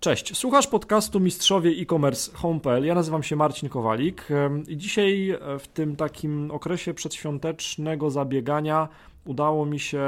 Cześć, słuchasz podcastu Mistrzowie e-commerce Home.pl. Ja nazywam się Marcin Kowalik i dzisiaj w tym takim okresie przedświątecznego zabiegania udało mi się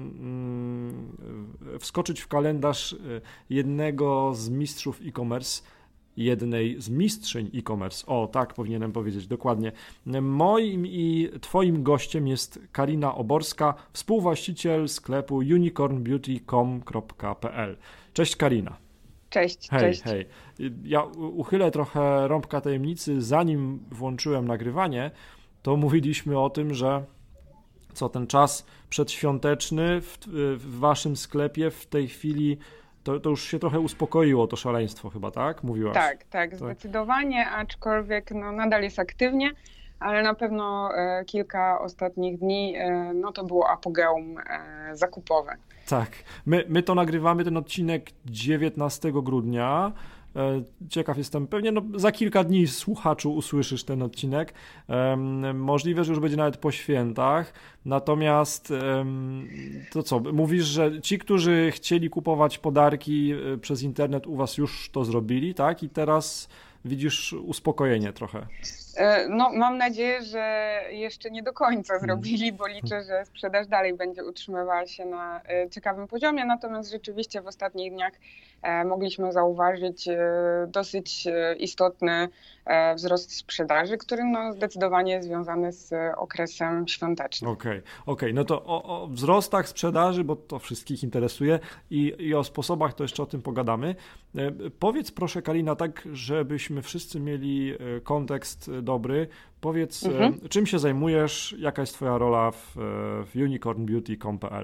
wskoczyć w kalendarz jednego z mistrzów e-commerce, jednej z mistrzyń e-commerce. O, tak powinienem powiedzieć dokładnie. Moim i Twoim gościem jest Karina Oborska, współwłaściciel sklepu unicornbeauty.com.pl. Cześć Karina. Cześć, Hej, cześć. hej. Ja uchylę trochę rąbka tajemnicy. Zanim włączyłem nagrywanie, to mówiliśmy o tym, że ten czas przedświąteczny w waszym sklepie w tej chwili to już się trochę uspokoiło, to szaleństwo chyba, tak? Mówiłaś. Tak, zdecydowanie, aczkolwiek nadal jest aktywnie, ale na pewno kilka ostatnich dni to było apogeum zakupowe. Tak, my to nagrywamy, ten odcinek 19 grudnia. Ciekaw jestem, pewnie za kilka dni słuchaczu usłyszysz ten odcinek. Możliwe, że już będzie nawet po świętach. Natomiast to co, mówisz, że ci, którzy chcieli kupować podarki przez internet u was już to zrobili, tak? I teraz widzisz uspokojenie trochę. Mam nadzieję, że jeszcze nie do końca zrobili, bo liczę, że sprzedaż dalej będzie utrzymywała się na ciekawym poziomie, natomiast rzeczywiście w ostatnich dniach mogliśmy zauważyć dosyć istotny wzrost sprzedaży, który zdecydowanie jest związany z okresem świątecznym. Okej. No to o wzrostach sprzedaży, bo to wszystkich interesuje i o sposobach to jeszcze o tym pogadamy. Powiedz proszę Karina, tak żebyśmy wszyscy mieli kontekst dobry. Powiedz, czym się zajmujesz, jaka jest twoja rola w unicornbeauty.com.pl?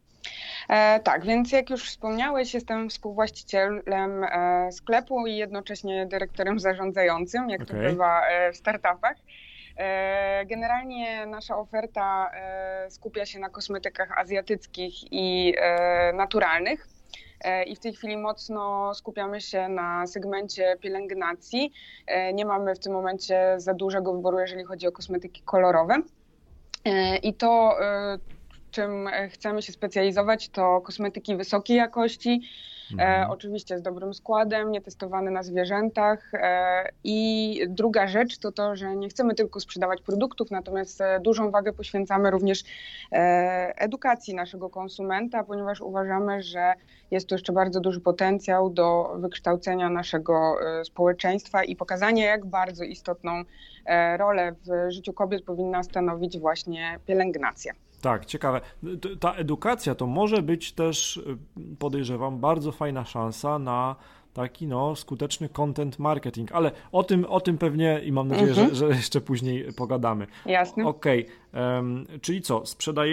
Tak, więc jak już wspomniałeś, jestem współwłaścicielem sklepu i jednocześnie dyrektorem zarządzającym, jak to bywa w startupach. Generalnie nasza oferta skupia się na kosmetykach azjatyckich i naturalnych. I w tej chwili mocno skupiamy się na segmencie pielęgnacji. Nie mamy w tym momencie za dużego wyboru, jeżeli chodzi o kosmetyki kolorowe. I to, czym chcemy się specjalizować, to kosmetyki wysokiej jakości, oczywiście z dobrym składem, nietestowane na zwierzętach. I druga rzecz to to, że nie chcemy tylko sprzedawać produktów, natomiast dużą wagę poświęcamy również edukacji naszego konsumenta, ponieważ uważamy, że jest tu jeszcze bardzo duży potencjał do wykształcenia naszego społeczeństwa i pokazania, jak bardzo istotną rolę w życiu kobiet powinna stanowić właśnie pielęgnacja. Tak, ciekawe. Ta edukacja to może być też, podejrzewam, bardzo fajna szansa na taki skuteczny content marketing, ale o tym pewnie i mam nadzieję, że jeszcze później pogadamy. Jasne. Okej. Czyli co,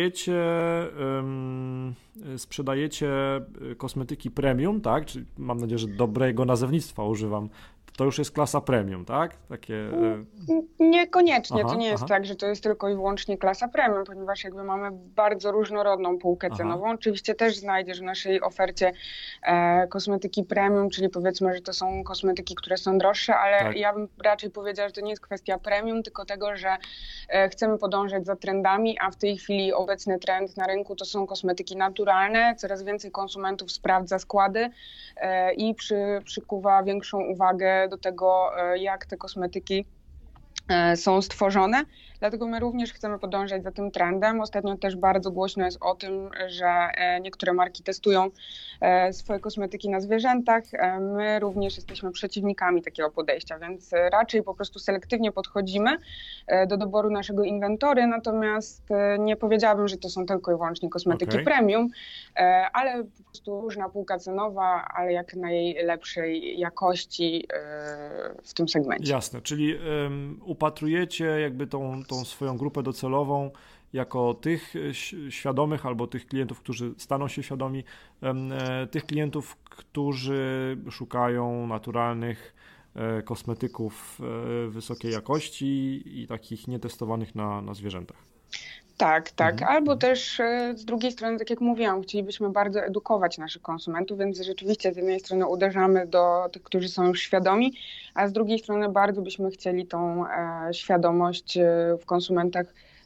sprzedajecie kosmetyki premium, tak? Czyli mam nadzieję, że dobrego nazewnictwa używam. To już jest klasa premium, tak? Takie... Niekoniecznie, to nie jest tak, że to jest tylko i wyłącznie klasa premium, ponieważ jakby mamy bardzo różnorodną półkę cenową. Oczywiście też znajdziesz w naszej ofercie kosmetyki premium, czyli powiedzmy, że to są kosmetyki, które są droższe, ale ja bym raczej powiedziała, że to nie jest kwestia premium, tylko tego, że chcemy podążać za trendami, a w tej chwili obecny trend na rynku to są kosmetyki naturalne. Coraz więcej konsumentów sprawdza składy i przykuwa większą uwagę do tego, jak te kosmetyki są stworzone. Dlatego my również chcemy podążać za tym trendem. Ostatnio też bardzo głośno jest o tym, że niektóre marki testują swoje kosmetyki na zwierzętach. My również jesteśmy przeciwnikami takiego podejścia, więc raczej po prostu selektywnie podchodzimy do doboru naszego inwentory, natomiast nie powiedziałabym, że to są tylko i wyłącznie kosmetyki premium, ale po prostu różna półka cenowa, ale jak najlepszej jakości w tym segmencie. Jasne, czyli upatrujecie jakby tą swoją grupę docelową jako tych świadomych albo tych klientów, którzy staną się świadomi, tych klientów, którzy szukają naturalnych kosmetyków wysokiej jakości i takich nietestowanych na zwierzętach. Tak. Albo też z drugiej strony, tak jak mówiłam, chcielibyśmy bardzo edukować naszych konsumentów, więc rzeczywiście z jednej strony uderzamy do tych, którzy są już świadomi, a z drugiej strony bardzo byśmy chcieli tą świadomość w konsumentach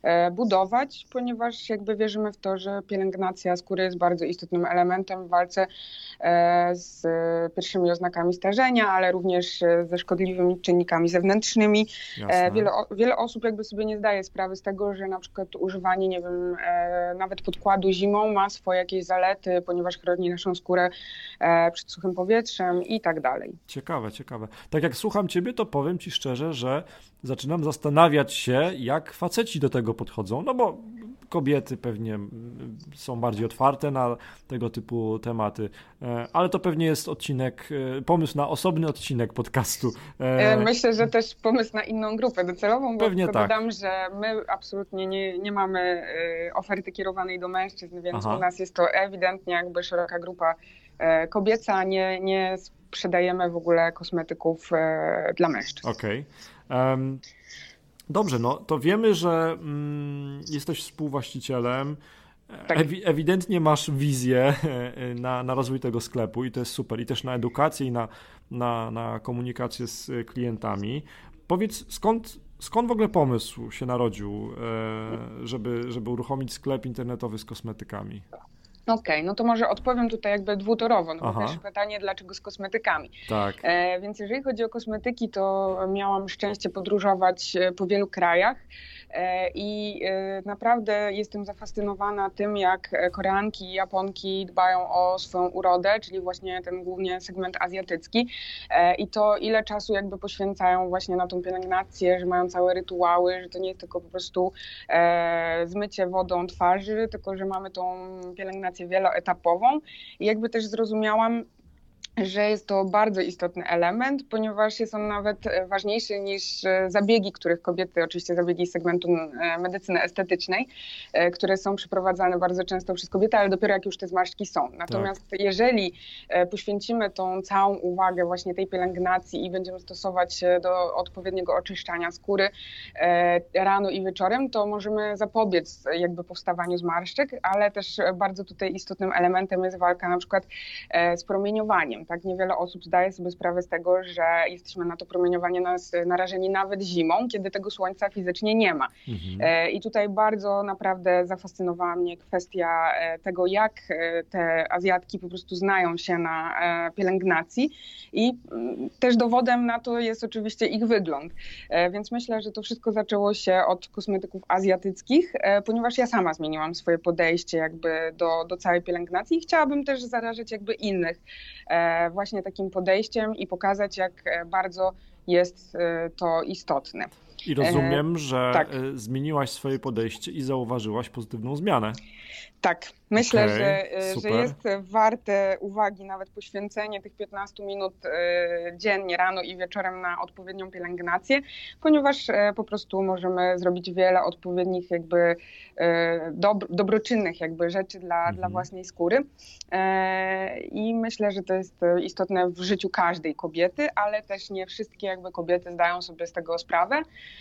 budować, ponieważ jakby wierzymy w to, że pielęgnacja skóry jest bardzo istotnym elementem w walce z pierwszymi oznakami starzenia, ale również ze szkodliwymi czynnikami zewnętrznymi. Wiele osób jakby sobie nie zdaje sprawy z tego, że na przykład używanie, nie wiem, nawet podkładu zimą ma swoje jakieś zalety, ponieważ chroni naszą skórę przed suchym powietrzem i tak dalej. Ciekawe. Tak jak słucham ciebie, to powiem ci szczerze, że zaczynam zastanawiać się, jak faceci do tego podchodzą, no bo kobiety pewnie są bardziej otwarte na tego typu tematy, ale to pewnie jest pomysł na osobny odcinek podcastu. Myślę, że też pomysł na inną grupę docelową, bo pewnie tak. Dodam, że my absolutnie nie mamy oferty kierowanej do mężczyzn, więc u nas jest to ewidentnie jakby szeroka grupa kobieca, nie sprzedajemy w ogóle kosmetyków dla mężczyzn. Okej. Dobrze, no to wiemy, że jesteś współwłaścicielem. Tak. Ewidentnie masz wizję na rozwój tego sklepu i to jest super. I też na edukację i na komunikację z klientami. Powiedz, skąd w ogóle pomysł się narodził, żeby uruchomić sklep internetowy z kosmetykami? Okej, no to może odpowiem tutaj jakby dwutorowo, no bo pierwsze pytanie, dlaczego z kosmetykami? Tak. Więc jeżeli chodzi o kosmetyki, to miałam szczęście podróżować po wielu krajach i naprawdę jestem zafascynowana tym, jak Koreanki i Japonki dbają o swoją urodę, czyli właśnie ten głównie segment azjatycki i to ile czasu jakby poświęcają właśnie na tą pielęgnację, że mają całe rytuały, że to nie jest tylko po prostu zmycie wodą twarzy, tylko że mamy tą pielęgnację wieloetapową i jakby też zrozumiałam, że jest to bardzo istotny element, ponieważ jest on nawet ważniejszy niż zabiegi, których kobiety, oczywiście zabiegi z segmentu medycyny estetycznej, które są przeprowadzane bardzo często przez kobiety, ale dopiero jak już te zmarszczki są. Natomiast jeżeli poświęcimy tą całą uwagę właśnie tej pielęgnacji i będziemy stosować się do odpowiedniego oczyszczania skóry rano i wieczorem, to możemy zapobiec jakby powstawaniu zmarszczek, ale też bardzo tutaj istotnym elementem jest walka na przykład z promieniowaniem. Tak, niewiele osób zdaje sobie sprawę z tego, że jesteśmy na to promieniowanie narażeni nawet zimą, kiedy tego słońca fizycznie nie ma. I tutaj bardzo naprawdę zafascynowała mnie kwestia tego, jak te Azjatki po prostu znają się na pielęgnacji i też dowodem na to jest oczywiście ich wygląd. Więc myślę, że to wszystko zaczęło się od kosmetyków azjatyckich, ponieważ ja sama zmieniłam swoje podejście jakby do całej pielęgnacji i chciałabym też zarażać jakby innych właśnie takim podejściem i pokazać, jak bardzo jest to istotne. I rozumiem, że zmieniłaś swoje podejście i zauważyłaś pozytywną zmianę. Tak, myślę, że jest warte uwagi nawet poświęcenie tych 15 minut dziennie, rano i wieczorem na odpowiednią pielęgnację, ponieważ po prostu możemy zrobić wiele odpowiednich jakby dobroczynnych jakby rzeczy dla własnej skóry. I myślę, że to jest istotne w życiu każdej kobiety, ale też nie wszystkie jakby kobiety zdają sobie z tego sprawę.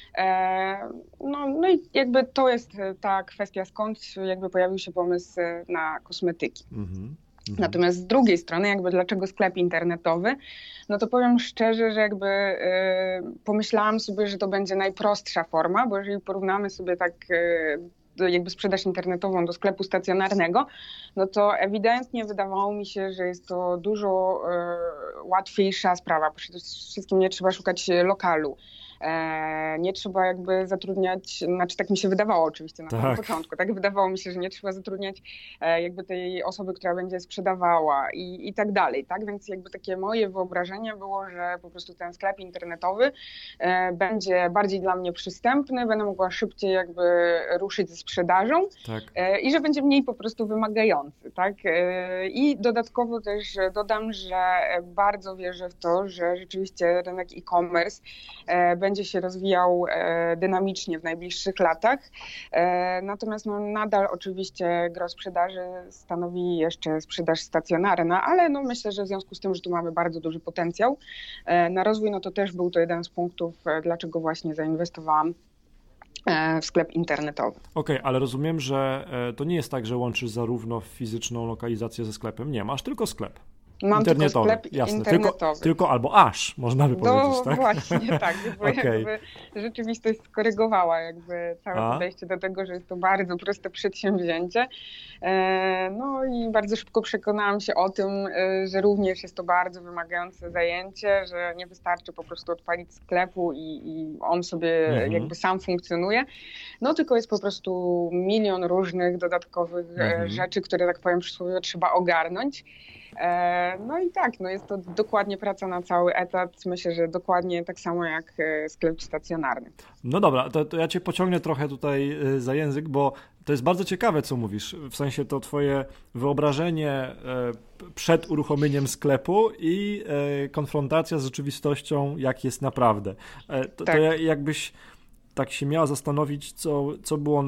No i jakby to jest ta kwestia, skąd jakby pojawił się pomysł na kosmetyki. Natomiast z drugiej strony, jakby dlaczego sklep internetowy, no to powiem szczerze, że jakby pomyślałam sobie, że to będzie najprostsza forma, bo jeżeli porównamy sobie tak jakby sprzedaż internetową do sklepu stacjonarnego, no to ewidentnie wydawało mi się, że jest to dużo łatwiejsza sprawa. Przede wszystkim nie trzeba szukać lokalu. Nie trzeba jakby zatrudniać, znaczy tak mi się wydawało oczywiście na samym początku, tak wydawało mi się, że nie trzeba zatrudniać jakby tej osoby, która będzie sprzedawała i tak dalej, tak, więc jakby takie moje wyobrażenie było, że po prostu ten sklep internetowy będzie bardziej dla mnie przystępny, będę mogła szybciej jakby ruszyć ze sprzedażą i że będzie mniej po prostu wymagający, tak, i dodatkowo też dodam, że bardzo wierzę w to, że rzeczywiście rynek e-commerce będzie się rozwijał dynamicznie w najbliższych latach. Natomiast no, nadal oczywiście gros sprzedaży stanowi jeszcze sprzedaż stacjonarna, ale no, myślę, że w związku z tym, że tu mamy bardzo duży potencjał na rozwój, no to też był to jeden z punktów, dlaczego właśnie zainwestowałam w sklep internetowy. Okej, ale rozumiem, że to nie jest tak, że łączysz zarówno fizyczną lokalizację ze sklepem. Nie, masz tylko sklep. Mam tylko sklep jasne. internetowy. Tylko albo aż, można by powiedzieć, tak? Właśnie, tak. Jakby rzeczywistość skorygowała jakby całe podejście do tego, że jest to bardzo proste przedsięwzięcie. No i bardzo szybko przekonałam się o tym, że również jest to bardzo wymagające zajęcie, że nie wystarczy po prostu odpalić sklepu i on sobie jakby sam funkcjonuje. No tylko jest po prostu milion różnych dodatkowych rzeczy, które, tak powiem, przysłowiowo trzeba ogarnąć. No i tak, no jest to dokładnie praca na cały etat. Myślę, że dokładnie tak samo jak sklep stacjonarny. No dobra, to ja cię pociągnę trochę tutaj za język, bo to jest bardzo ciekawe, co mówisz. W sensie to twoje wyobrażenie przed uruchomieniem sklepu i konfrontacja z rzeczywistością, jak jest naprawdę. To jakbyś tak się miała zastanowić, co było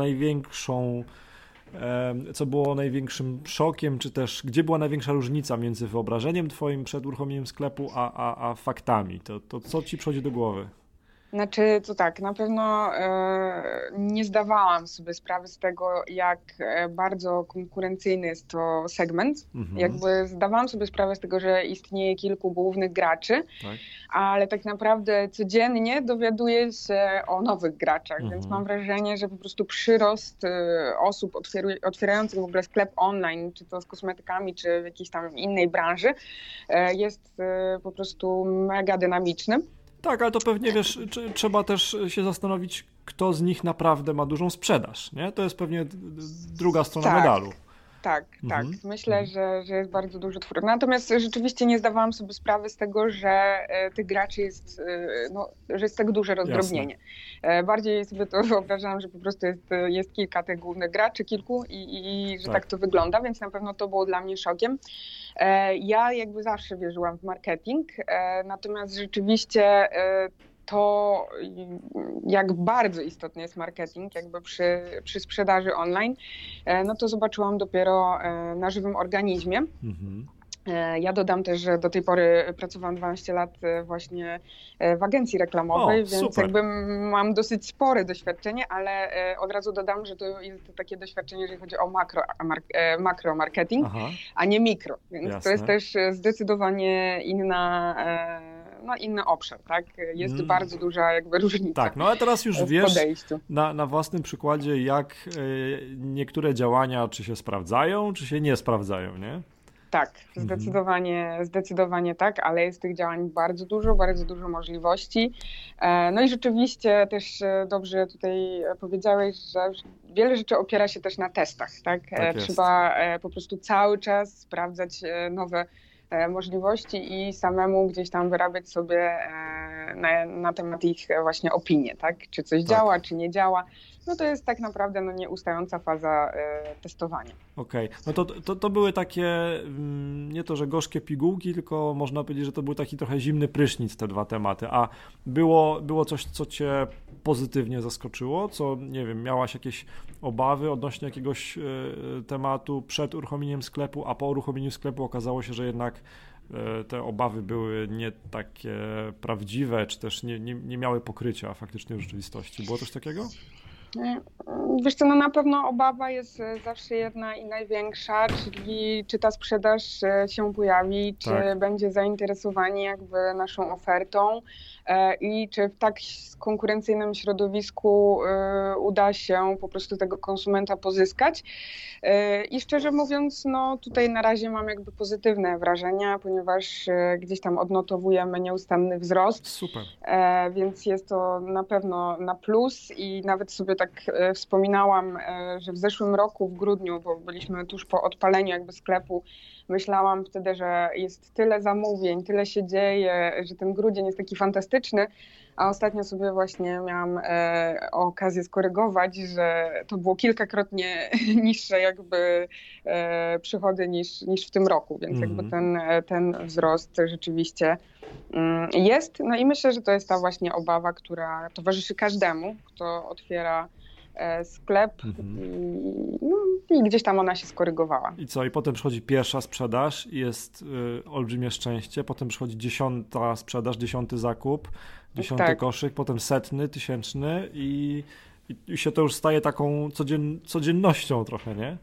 największym szokiem, czy też gdzie była największa różnica między wyobrażeniem twoim przed uruchomieniem sklepu, a faktami? To co ci przychodzi do głowy? Znaczy, to tak, na pewno nie zdawałam sobie sprawy z tego, jak bardzo konkurencyjny jest to segment. Jakby zdawałam sobie sprawę z tego, że istnieje kilku głównych graczy, ale tak naprawdę codziennie dowiaduję się o nowych graczach, więc mam wrażenie, że po prostu przyrost osób otwierających w ogóle sklep online, czy to z kosmetykami, czy w jakiejś tam innej branży, jest po prostu mega dynamiczny. Tak, ale to pewnie, wiesz, trzeba też się zastanowić, kto z nich naprawdę ma dużą sprzedaż, nie? To jest pewnie druga strona medalu. Tak. Myślę, że jest bardzo dużo twórców. Natomiast rzeczywiście nie zdawałam sobie sprawy z tego, że tych graczy jest, że jest tak duże rozdrobnienie. Jasne. Bardziej sobie to wyobrażałam, że po prostu jest kilka tych głównych graczy, i że tak to wygląda, więc na pewno to było dla mnie szokiem. Ja jakby zawsze wierzyłam w marketing, natomiast rzeczywiście to, jak bardzo istotny jest marketing jakby przy sprzedaży online, no to zobaczyłam dopiero na żywym organizmie. Ja dodam też, że do tej pory pracowałam 12 lat właśnie w agencji reklamowej, więc super. Jakby mam dosyć spore doświadczenie, ale od razu dodam, że to jest takie doświadczenie, jeżeli chodzi o makromarketing, a nie mikro, więc jasne. To jest też zdecydowanie inny obszar, tak? Jest bardzo duża jakby różnica. Tak, no a teraz już wiesz na własnym przykładzie, jak niektóre działania czy się sprawdzają, czy się nie sprawdzają, nie? Tak, zdecydowanie tak, ale jest tych działań bardzo dużo możliwości. No i rzeczywiście też dobrze tutaj powiedziałeś, że wiele rzeczy opiera się też na testach, tak? Trzeba po prostu cały czas sprawdzać nowe możliwości i samemu gdzieś tam wyrabiać sobie na temat ich właśnie opinie, tak? Czy coś działa, czy nie działa. No to jest tak naprawdę nieustająca faza testowania. Okej. No to były takie, nie to, że gorzkie pigułki, tylko można powiedzieć, że to był taki trochę zimny prysznic, te dwa tematy. A było coś, co cię pozytywnie zaskoczyło? Co, nie wiem, miałaś jakieś obawy odnośnie jakiegoś tematu przed uruchomieniem sklepu, a po uruchomieniu sklepu okazało się, że jednak te obawy były nie takie prawdziwe, czy też nie miały pokrycia faktycznie w rzeczywistości. Było coś takiego? Wiesz co, na pewno obawa jest zawsze jedna i największa, czyli czy ta sprzedaż się pojawi, czy będzie zainteresowanie jakby naszą ofertą i czy w tak konkurencyjnym środowisku uda się po prostu tego konsumenta pozyskać. I szczerze mówiąc, tutaj na razie mam jakby pozytywne wrażenia, ponieważ gdzieś tam odnotowujemy nieustanny wzrost. Super. Więc jest to na pewno na plus i nawet sobie tak wspominałam, że w zeszłym roku w grudniu, bo byliśmy tuż po odpaleniu jakby sklepu, myślałam wtedy, że jest tyle zamówień, tyle się dzieje, że ten grudzień jest taki fantastyczny, a ostatnio sobie właśnie miałam okazję skorygować, że to było kilkakrotnie niższe jakby przychody niż w tym roku, więc jakby ten wzrost rzeczywiście jest. No i myślę, że to jest ta właśnie obawa, która towarzyszy każdemu, kto otwiera sklep i gdzieś tam ona się skorygowała. I co? I potem przychodzi pierwsza sprzedaż i jest olbrzymie szczęście, potem przychodzi 10. sprzedaż, 10. zakup, 10. koszyk, potem 100, 1000 i się to już staje taką codziennością trochę, nie?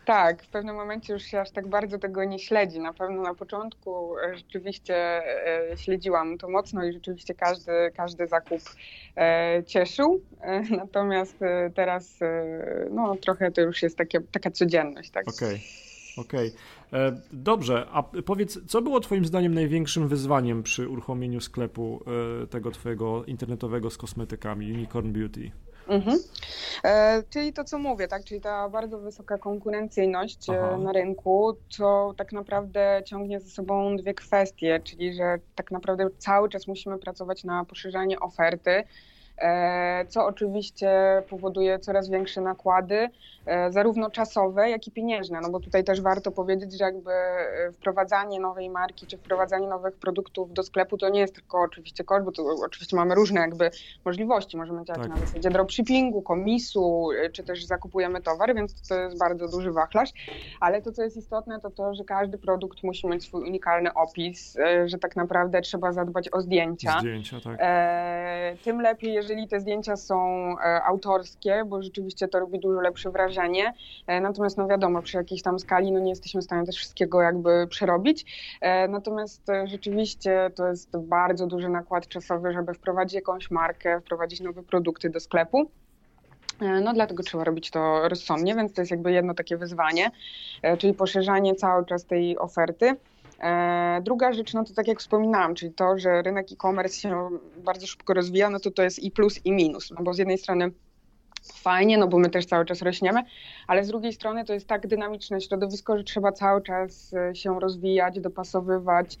Tak, w pewnym momencie już się aż tak bardzo tego nie śledzi. Na pewno na początku rzeczywiście śledziłam to mocno i rzeczywiście każdy zakup cieszył. Natomiast teraz no, trochę to już jest taka codzienność. Tak? Okej. Dobrze, a powiedz, co było twoim zdaniem największym wyzwaniem przy uruchomieniu sklepu tego twojego internetowego z kosmetykami, Unicorn Beauty? Czyli to, co mówię, tak? Czyli ta bardzo wysoka konkurencyjność na rynku, co tak naprawdę ciągnie ze sobą dwie kwestie, czyli że tak naprawdę cały czas musimy pracować na poszerzanie oferty, co oczywiście powoduje coraz większe nakłady, zarówno czasowe, jak i pieniężne, no bo tutaj też warto powiedzieć, że jakby wprowadzanie nowej marki, czy wprowadzanie nowych produktów do sklepu to nie jest tylko oczywiście koszt, bo to oczywiście mamy różne jakby możliwości, możemy działać na zasadzie dropshippingu, komisu, czy też zakupujemy towar, więc to jest bardzo duży wachlarz, ale to, co jest istotne, to to, że każdy produkt musi mieć swój unikalny opis, że tak naprawdę trzeba zadbać o zdjęcia. Tak. Tym lepiej, jeżeli te zdjęcia są autorskie, bo rzeczywiście to robi dużo lepsze wrażenie. Natomiast no wiadomo, przy jakiejś tam skali no nie jesteśmy w stanie też wszystkiego jakby przerobić. Natomiast rzeczywiście to jest bardzo duży nakład czasowy, żeby wprowadzić jakąś markę, wprowadzić nowe produkty do sklepu. No dlatego trzeba robić to rozsądnie, więc to jest jakby jedno takie wyzwanie, czyli poszerzanie cały czas tej oferty. Druga rzecz, no to tak jak wspominałam, czyli to, że rynek e-commerce się bardzo szybko rozwija, no to jest i plus i minus, no bo z jednej strony fajnie, no bo my też cały czas rośniemy, ale z drugiej strony to jest tak dynamiczne środowisko, że trzeba cały czas się rozwijać, dopasowywać,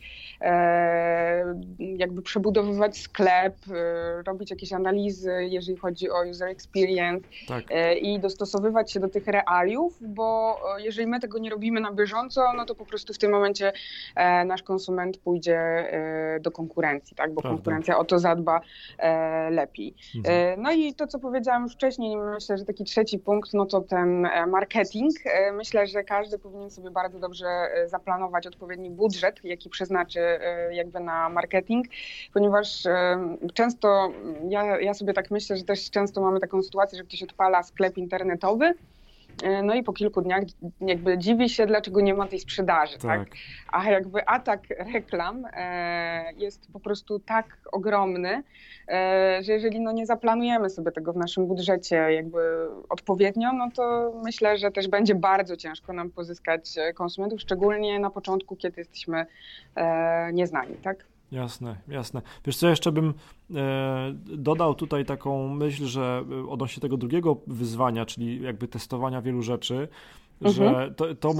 jakby przebudowywać sklep, robić jakieś analizy, jeżeli chodzi o user experience i dostosowywać się do tych realiów, bo jeżeli my tego nie robimy na bieżąco, no to po prostu w tym momencie nasz konsument pójdzie do konkurencji, tak? Bo konkurencja o to zadba lepiej. No i to, co powiedziałam już wcześniej, myślę, że taki trzeci punkt, no to ten marketing. Myślę, że każdy powinien sobie bardzo dobrze zaplanować odpowiedni budżet, jaki przeznaczy jakby na marketing, ponieważ często, ja sobie tak myślę, że też często mamy taką sytuację, że ktoś odpala sklep internetowy, no i po kilku dniach jakby dziwi się, dlaczego nie ma tej sprzedaży, tak? A jakby atak reklam jest po prostu tak ogromny, że jeżeli no nie zaplanujemy sobie tego w naszym budżecie jakby odpowiednio, no to myślę, że też będzie bardzo ciężko nam pozyskać konsumentów, szczególnie na początku, kiedy jesteśmy nieznani, tak? Jasne. Wiesz co, jeszcze bym dodał tutaj taką myśl, że odnośnie tego drugiego wyzwania, czyli jakby testowania wielu rzeczy, że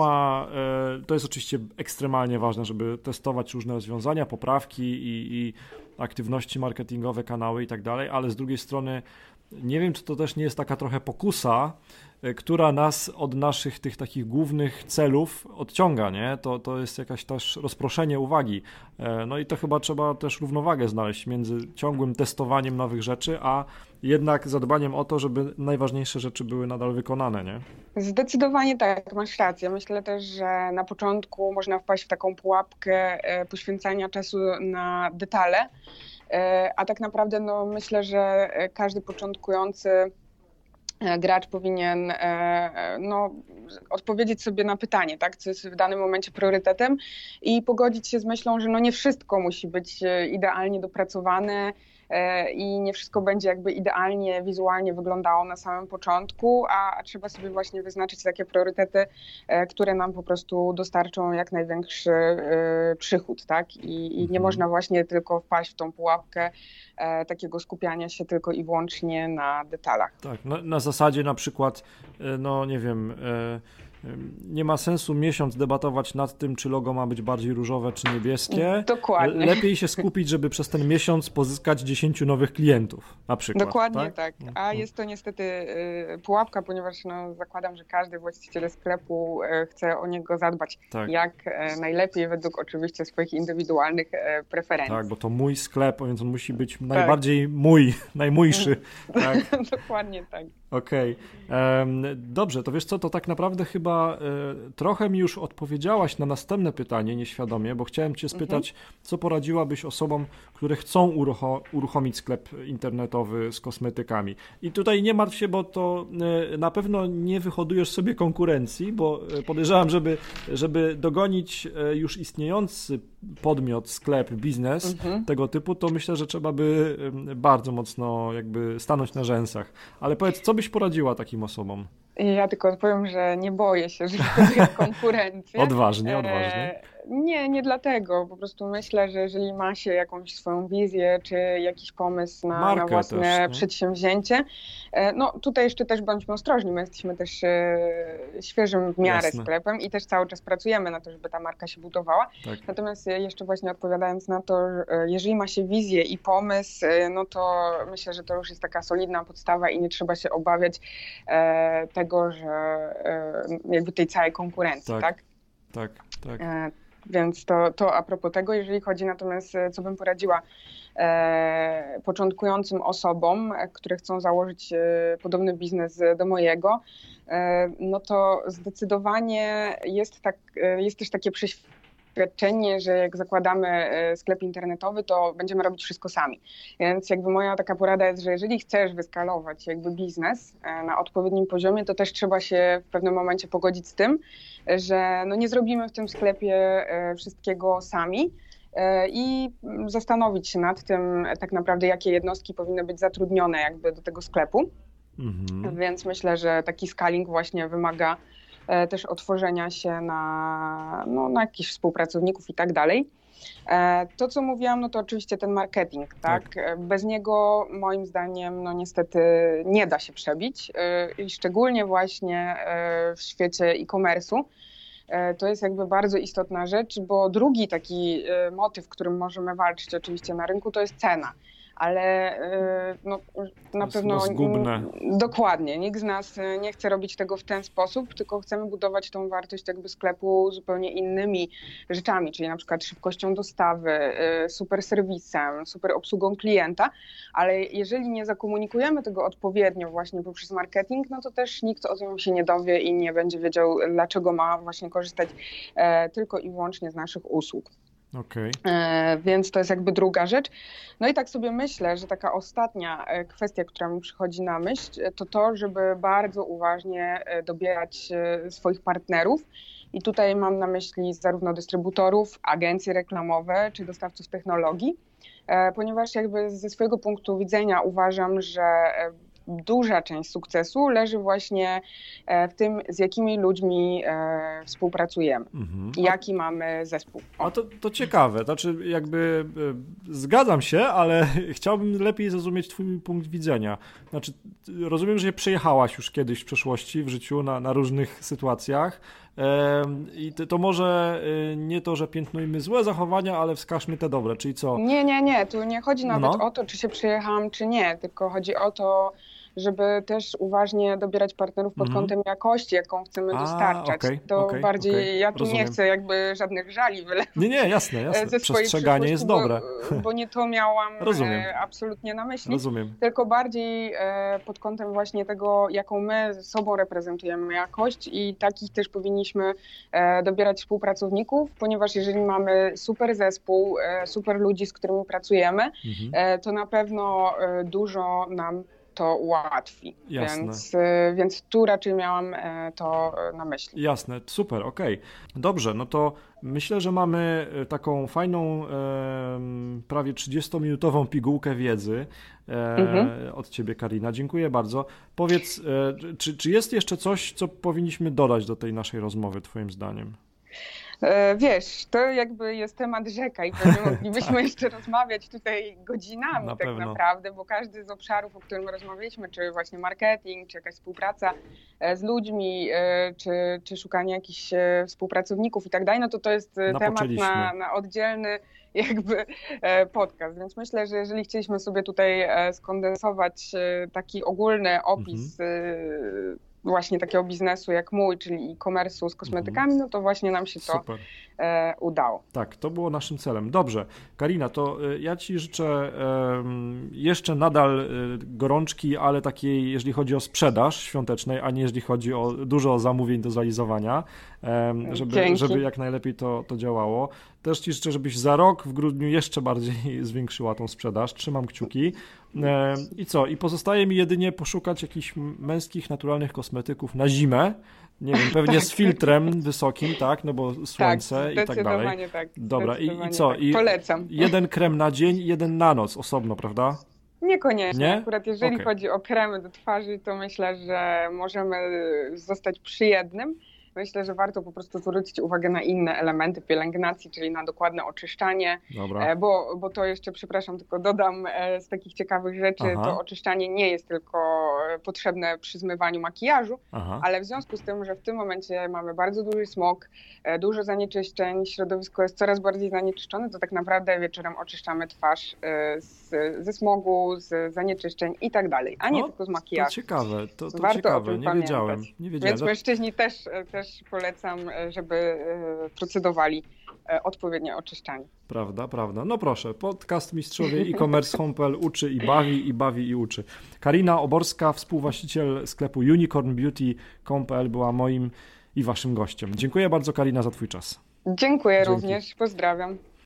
to jest oczywiście ekstremalnie ważne, żeby testować różne rozwiązania, poprawki i aktywności marketingowe, kanały i tak dalej, ale z drugiej strony nie wiem, czy to też nie jest taka trochę pokusa, która nas od naszych tych takich głównych celów odciąga, nie? To jest jakaś też rozproszenie uwagi. No i to chyba trzeba też równowagę znaleźć między ciągłym testowaniem nowych rzeczy, a jednak zadbaniem o to, żeby najważniejsze rzeczy były nadal wykonane, nie? Zdecydowanie tak, masz rację. Myślę też, że na początku można wpaść w taką pułapkę poświęcania czasu na detale, a tak naprawdę no, myślę, że każdy początkujący gracz powinien odpowiedzieć sobie na pytanie, tak, co jest w danym momencie priorytetem i pogodzić się z myślą, że no nie wszystko musi być idealnie dopracowane i nie wszystko będzie jakby idealnie, wizualnie wyglądało na samym początku, a trzeba sobie właśnie wyznaczyć takie priorytety, które nam po prostu dostarczą jak największy przychód, tak? I nie można właśnie tylko wpaść w tą pułapkę takiego skupiania się tylko i wyłącznie na detalach. Tak, na zasadzie na przykład, no nie wiem, nie ma sensu miesiąc debatować nad tym, czy logo ma być bardziej różowe, czy niebieskie. Dokładnie. Lepiej się skupić, żeby przez ten miesiąc pozyskać 10 nowych klientów, na przykład. Dokładnie tak. A jest to niestety pułapka, ponieważ no, zakładam, że każdy właściciel sklepu chce o niego zadbać jak najlepiej, według oczywiście swoich indywidualnych preferencji. Tak, bo to mój sklep, więc on musi być najbardziej najmójszy. Tak? Dokładnie tak. Okej. Dobrze, to wiesz co, to tak naprawdę chyba chyba trochę mi już odpowiedziałaś na następne pytanie nieświadomie, bo chciałem cię spytać, co poradziłabyś osobom, które chcą uruchomić sklep internetowy z kosmetykami. I tutaj nie martw się, bo to na pewno nie wyhodujesz sobie konkurencji, bo podejrzewam, żeby dogonić już istniejący podmiot, sklep, biznes tego typu, to myślę, że trzeba by bardzo mocno jakby stanąć na rzęsach. Ale powiedz, co byś poradziła takim osobom? Ja tylko odpowiem, że nie boję się, że wykonuję konkurencję. Odważnie. Nie dlatego. Po prostu myślę, że jeżeli ma się jakąś swoją wizję, czy jakiś pomysł na własne też, przedsięwzięcie, no tutaj jeszcze też bądźmy ostrożni. My jesteśmy też świeżym w miarę sklepem i też cały czas pracujemy na to, żeby ta marka się budowała. Tak. Natomiast jeszcze właśnie odpowiadając na to, jeżeli ma się wizję i pomysł, no to myślę, że to już jest taka solidna podstawa i nie trzeba się obawiać tego, że jakby tej całej konkurencji, tak? Więc to a propos tego, jeżeli chodzi natomiast, co bym poradziła początkującym osobom, które chcą założyć podobny biznes do mojego, no to zdecydowanie jest też takie przeświadczenie, że jak zakładamy sklep internetowy, to będziemy robić wszystko sami. Więc jakby moja taka porada jest, że jeżeli chcesz wyskalować jakby biznes na odpowiednim poziomie, to też trzeba się w pewnym momencie pogodzić z tym, że no nie zrobimy w tym sklepie wszystkiego sami i zastanowić się nad tym tak naprawdę, jakie jednostki powinny być zatrudnione jakby do tego sklepu. Więc myślę, że taki scaling właśnie wymaga też otworzenia się na jakichś współpracowników i tak dalej. To, co mówiłam, no to oczywiście ten marketing, tak? Bez niego moim zdaniem no niestety nie da się przebić i szczególnie właśnie w świecie e-commerce'u. To jest jakby bardzo istotna rzecz, bo drugi taki motyw, którym możemy walczyć oczywiście na rynku, to jest cena. Ale no, na pewno dokładnie, nikt z nas nie chce robić tego w ten sposób, tylko chcemy budować tą wartość jakby sklepu zupełnie innymi rzeczami, czyli na przykład szybkością dostawy, super serwisem, super obsługą klienta, ale jeżeli nie zakomunikujemy tego odpowiednio właśnie poprzez marketing, no to też nikt o tym się nie dowie i nie będzie wiedział, dlaczego ma właśnie korzystać tylko i wyłącznie z naszych usług. Okay. Więc to jest jakby druga rzecz. No i tak sobie myślę, że taka ostatnia kwestia, która mi przychodzi na myśl, to, żeby bardzo uważnie dobierać swoich partnerów. I tutaj mam na myśli zarówno dystrybutorów, agencje reklamowe czy dostawców technologii, ponieważ jakby ze swojego punktu widzenia uważam, że duża część sukcesu leży właśnie w tym, z jakimi ludźmi współpracujemy i jaki mamy zespół. A to ciekawe, znaczy jakby zgadzam się, ale chciałbym lepiej zrozumieć twój punkt widzenia. Znaczy rozumiem, że przejechałaś już kiedyś w przeszłości w życiu na różnych sytuacjach i to może nie to, że piętnujmy złe zachowania, ale wskażmy te dobre, czyli co? Nie, tu nie chodzi nawet o to, czy się przejechałam, czy nie, tylko chodzi o to, żeby też uważnie dobierać partnerów pod kątem jakości, jaką chcemy dostarczać. Ja tu rozumiem. Nie chcę jakby żadnych żali wylewać. Nie, jasne. Ze Przestrzeganie jest dobre. Bo nie to miałam absolutnie na myśli. Rozumiem. Tylko bardziej pod kątem właśnie tego, jaką my ze sobą reprezentujemy jakość i takich też powinniśmy dobierać współpracowników, ponieważ jeżeli mamy super zespół, super ludzi, z którymi pracujemy, to na pewno dużo nam to ułatwi. Więc tu raczej miałam to na myśli. Jasne, super, okej. Dobrze, no to myślę, że mamy taką fajną, prawie 30-minutową pigułkę wiedzy od ciebie, Karina. Dziękuję bardzo. Powiedz, czy jest jeszcze coś, co powinniśmy dodać do tej naszej rozmowy, twoim zdaniem? Wiesz, to jakby jest temat rzeka i pewnie moglibyśmy jeszcze rozmawiać tutaj godzinami naprawdę, bo każdy z obszarów, o którym rozmawialiśmy, czy właśnie marketing, czy jakaś współpraca z ludźmi, czy szukanie jakichś współpracowników i tak dalej, no to jest temat na oddzielny jakby podcast, więc myślę, że jeżeli chcieliśmy sobie tutaj skondensować taki ogólny opis właśnie takiego biznesu jak mój, czyli e-commerce'u z kosmetykami, no to właśnie nam się to udało. Tak, to było naszym celem. Dobrze, Karina, to ja Ci życzę jeszcze nadal gorączki, ale takiej, jeżeli chodzi o sprzedaż świątecznej, a nie jeżeli chodzi o dużo zamówień do zrealizowania, żeby jak najlepiej to działało. Też Ci życzę, żebyś za rok w grudniu jeszcze bardziej zwiększyła tą sprzedaż. Trzymam kciuki. I co? I pozostaje mi jedynie poszukać jakichś męskich, naturalnych kosmetyków na zimę. Nie wiem, pewnie z filtrem wysokim, tak? No bo słońce i tak dalej. Tak, dobra, i co? Tak. Polecam. Jeden krem na dzień, jeden na noc osobno, prawda? Niekoniecznie. Nie? Akurat jeżeli chodzi o kremy do twarzy, to myślę, że możemy zostać przy jednym. Myślę, że warto po prostu zwrócić uwagę na inne elementy pielęgnacji, czyli na dokładne oczyszczanie, bo to jeszcze, przepraszam, tylko dodam z takich ciekawych rzeczy, to oczyszczanie nie jest tylko potrzebne przy zmywaniu makijażu, ale w związku z tym, że w tym momencie mamy bardzo duży smog, dużo zanieczyszczeń, środowisko jest coraz bardziej zanieczyszczone, to tak naprawdę wieczorem oczyszczamy twarz ze smogu, z zanieczyszczeń i tak dalej, a nie tylko z makijażu. To ciekawe, to warto ciekawe, nie wiedziałem. Więc mężczyźni też polecam, żeby procedowali odpowiednie oczyszczanie. Prawda. No proszę, podcast Mistrzowie e-commerce Home.pl uczy i bawi i uczy. Karina Oborska, współwłaściciel sklepu unicornbeauty.com.pl była moim i waszym gościem. Dziękuję bardzo, Karina, za twój czas. Dziękuję również, pozdrawiam.